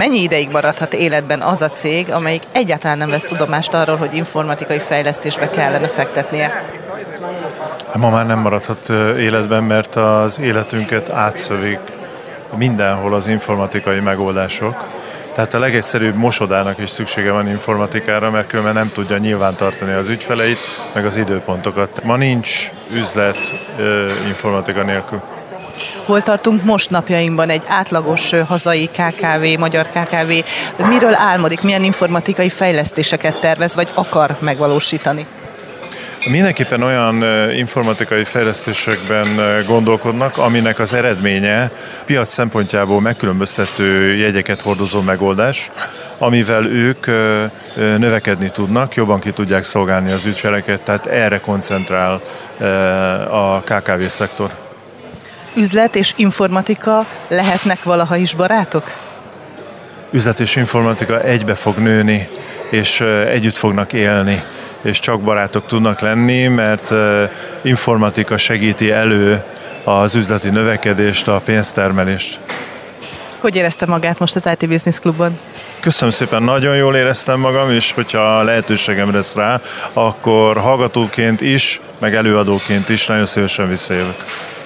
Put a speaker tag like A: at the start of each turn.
A: Mennyi ideig maradhat életben az a cég, amelyik egyáltalán nem vesz tudomást arról, hogy informatikai fejlesztésbe kellene fektetnie?
B: Ma már nem maradhat életben, mert az életünket átszövik mindenhol az informatikai megoldások. Tehát a legegyszerűbb mosodának is szüksége van informatikára, mert különben nem tudja nyilvántartani az ügyfeleit, meg az időpontokat. Ma nincs üzlet informatika nélkül.
A: Hol tartunk most napjainkban egy átlagos hazai KKV, magyar KKV? Miről álmodik, milyen informatikai fejlesztéseket tervez, vagy akar megvalósítani?
B: Mindenképpen olyan informatikai fejlesztésekben gondolkodnak, aminek az eredménye piac szempontjából megkülönböztető jegyeket hordozó megoldás, amivel ők növekedni tudnak, jobban ki tudják szolgálni az ügyfeleket, tehát erre koncentrál a KKV-szektor.
A: Üzlet és informatika lehetnek valaha is barátok?
B: Üzlet és informatika egybe fog nőni, és együtt fognak élni, és csak barátok tudnak lenni, mert informatika segíti elő az üzleti növekedést, a pénztermelést.
A: Hogy érezte magát most az IT Business Clubban?
B: Köszönöm szépen, nagyon jól éreztem magam, és hogyha lehetőségem lesz rá, akkor hallgatóként is, meg előadóként is nagyon szívesen visszajövök.